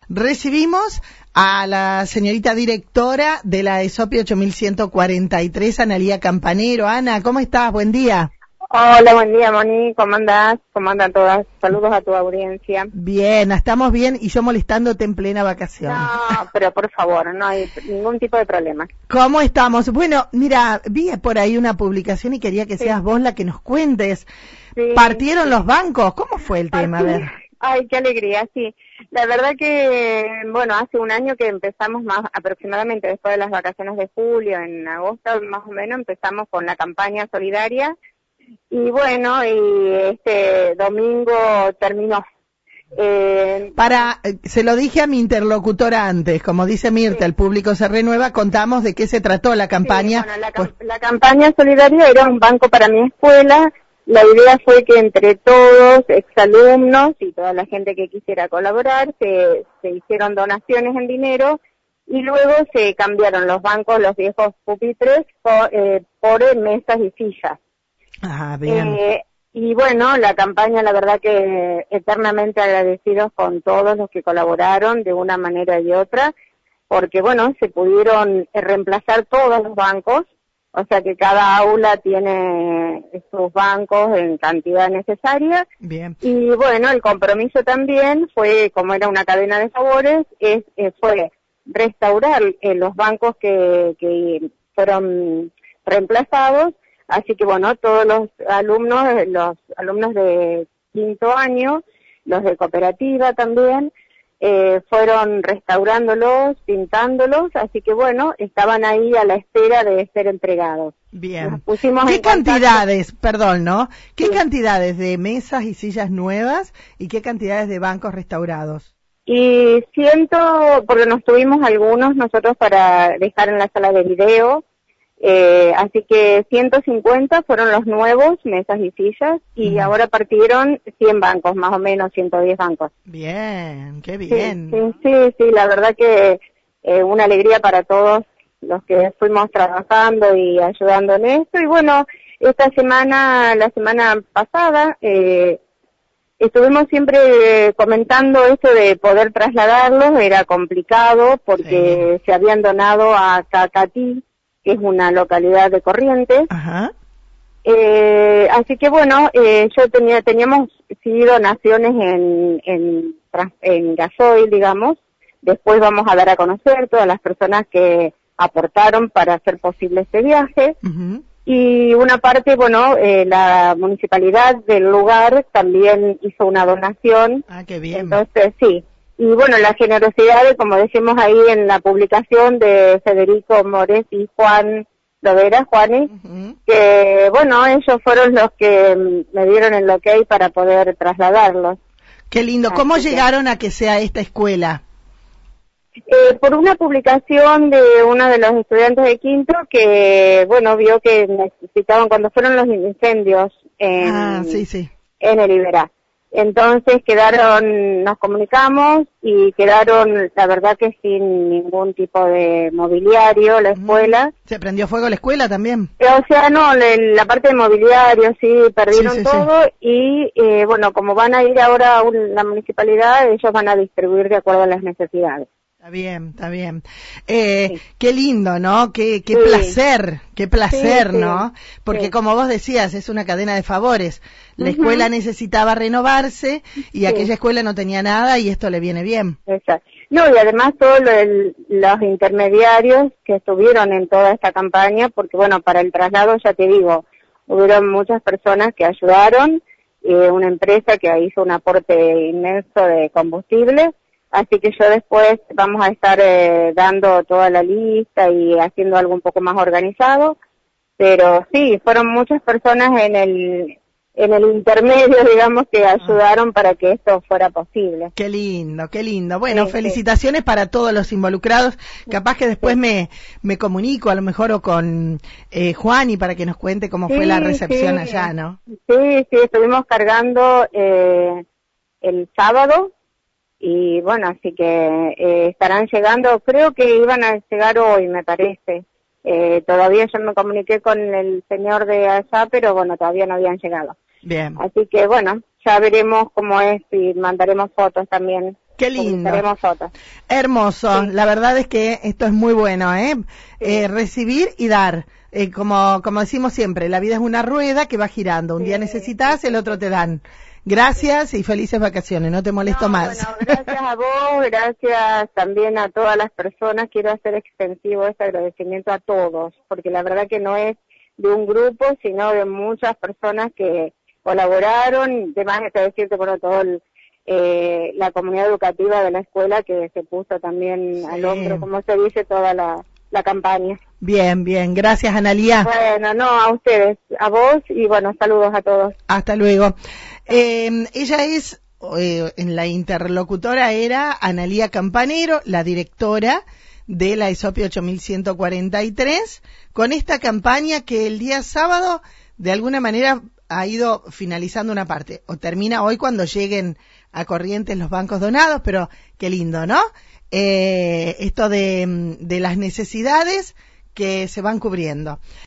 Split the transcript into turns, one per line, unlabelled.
Recibimos a la señorita directora de la ESOPI 8143, Analía Campanero. Ana, ¿cómo estás? Buen día.
Hola, buen día, Moni. ¿Cómo andás? ¿Cómo andan todas? Saludos a tu audiencia.
Bien, estamos bien y yo molestándote en plena vacación.
No, pero por favor, no hay ningún tipo de problema.
¿Cómo estamos? Bueno, mira, vi por ahí una publicación y quería que seas vos la que nos cuentes.
Sí.
¿Partieron los bancos? ¿Cómo fue el tema? A ver.
Ay, qué alegría, sí. La verdad que, bueno, hace un año que empezamos más aproximadamente después de las vacaciones de julio, en agosto más o menos, empezamos con la campaña solidaria. Y bueno, y este domingo terminó.
Se lo dije a mi interlocutora antes, como dice Mirta, el público se renueva, contamos de qué se trató la campaña.
Sí, bueno, la campaña solidaria era un banco para mi escuela. La idea fue que entre todos, exalumnos y toda la gente que quisiera colaborar, se hicieron donaciones en dinero y luego se cambiaron los bancos, los viejos pupitres, por mesas y sillas.
Ah, bien.
Y bueno, la campaña, la verdad que eternamente agradecidos con todos los que colaboraron de una manera y otra, porque bueno, se pudieron reemplazar todos los bancos, o sea que cada aula tiene sus bancos en cantidad necesaria.
Bien.
Y bueno, el compromiso también fue, como era una cadena de favores, fue restaurar los bancos que fueron reemplazados. Así que bueno, todos los alumnos de quinto año, los de cooperativa también, fueron restaurándolos, pintándolos, así que bueno, estaban ahí a la espera de ser entregados.
Bien. ¿Qué cantidades, perdón, ¿no? ¿Qué cantidades de mesas y sillas nuevas y qué cantidades de bancos restaurados?
Y porque nos tuvimos algunos nosotros para dejar en la sala de video. Así que 150 fueron los nuevos, mesas y sillas, y ahora partieron 100 bancos, más o menos 110 bancos.
Bien, qué bien.
Sí, la verdad que una alegría para todos los que fuimos trabajando y ayudando en esto. Y bueno, la semana pasada, estuvimos siempre comentando esto de poder trasladarlos, era complicado porque se habían donado a Cacatí, que es una localidad de Corrientes.
Ajá.
Así que bueno, teníamos donaciones en gasoil, digamos. Después vamos a dar a conocer todas las personas que aportaron para hacer posible este viaje.
Uh-huh.
Y una parte, bueno, la municipalidad del lugar también hizo una donación.
Ah, qué bien.
Entonces, sí. Y bueno, la generosidad, como decimos ahí en la publicación de Federico Mores y Juan Lovera, Juanes, que bueno, ellos fueron los que me dieron el ok para poder trasladarlos.
Qué lindo. ¿Cómo llegaron a que sea esta escuela?
Por una publicación de uno de los estudiantes de quinto que, bueno, vio que necesitaban cuando fueron los incendios en el Iberá. Entonces nos comunicamos y quedaron, la verdad que sin ningún tipo de mobiliario, la escuela.
¿Se prendió fuego la escuela también?
O sea, no, la parte de mobiliario, sí, perdieron todo. Y bueno, como van a ir ahora a la municipalidad, ellos van a distribuir de acuerdo a las necesidades.
Está bien. Qué lindo, ¿no? Qué placer, ¿no? Porque como vos decías, es una cadena de favores. La escuela necesitaba renovarse y aquella escuela no tenía nada y esto le viene bien.
Exacto. No, y además todos los intermediarios que estuvieron en toda esta campaña, porque bueno, para el traslado, ya te digo, hubieron muchas personas que ayudaron, una empresa que hizo un aporte inmenso de combustible. Así que yo después vamos a estar dando toda la lista y haciendo algo un poco más organizado, pero sí, fueron muchas personas en el intermedio, digamos, que ayudaron para que esto fuera posible.
Qué lindo, qué lindo. Bueno, felicitaciones para todos los involucrados. Capaz que después me comunico a lo mejor o con Juan y para que nos cuente cómo fue la recepción allá, ¿no?
Sí, estuvimos cargando el sábado. Y bueno, así que estarán llegando, creo que iban a llegar hoy, me parece. Todavía yo me comuniqué con el señor de allá, pero bueno, todavía no habían llegado.
Bien.
Así que bueno, ya veremos cómo es y mandaremos fotos también
Qué lindo.
Publicaremos fotos.
Hermoso.
Sí.
La verdad es que esto es muy bueno,
Sí.
Recibir y dar. Como decimos siempre, la vida es una rueda que va girando. Un día necesitas, el otro te dan. Gracias y felices vacaciones. No te molesto más.
Bueno, gracias a vos, gracias también a todas las personas. Quiero hacer extensivo este agradecimiento a todos, porque la verdad que no es de un grupo, sino de muchas personas que colaboraron. Además, está decirte, bueno, todo la comunidad educativa de la escuela que se puso también al hombro, como se dice, toda la campaña.
Bien, bien. Gracias, Analía.
Bueno, no, a ustedes, a vos y bueno, saludos a todos.
Hasta luego. Ella es, en la interlocutora era Analía Campanero, la directora de la ESOPI 8143, con esta campaña que el día sábado, de alguna manera, ha ido finalizando una parte, o termina hoy cuando lleguen a Corrientes los bancos donados, pero qué lindo, ¿no? Esto de las necesidades que se van cubriendo.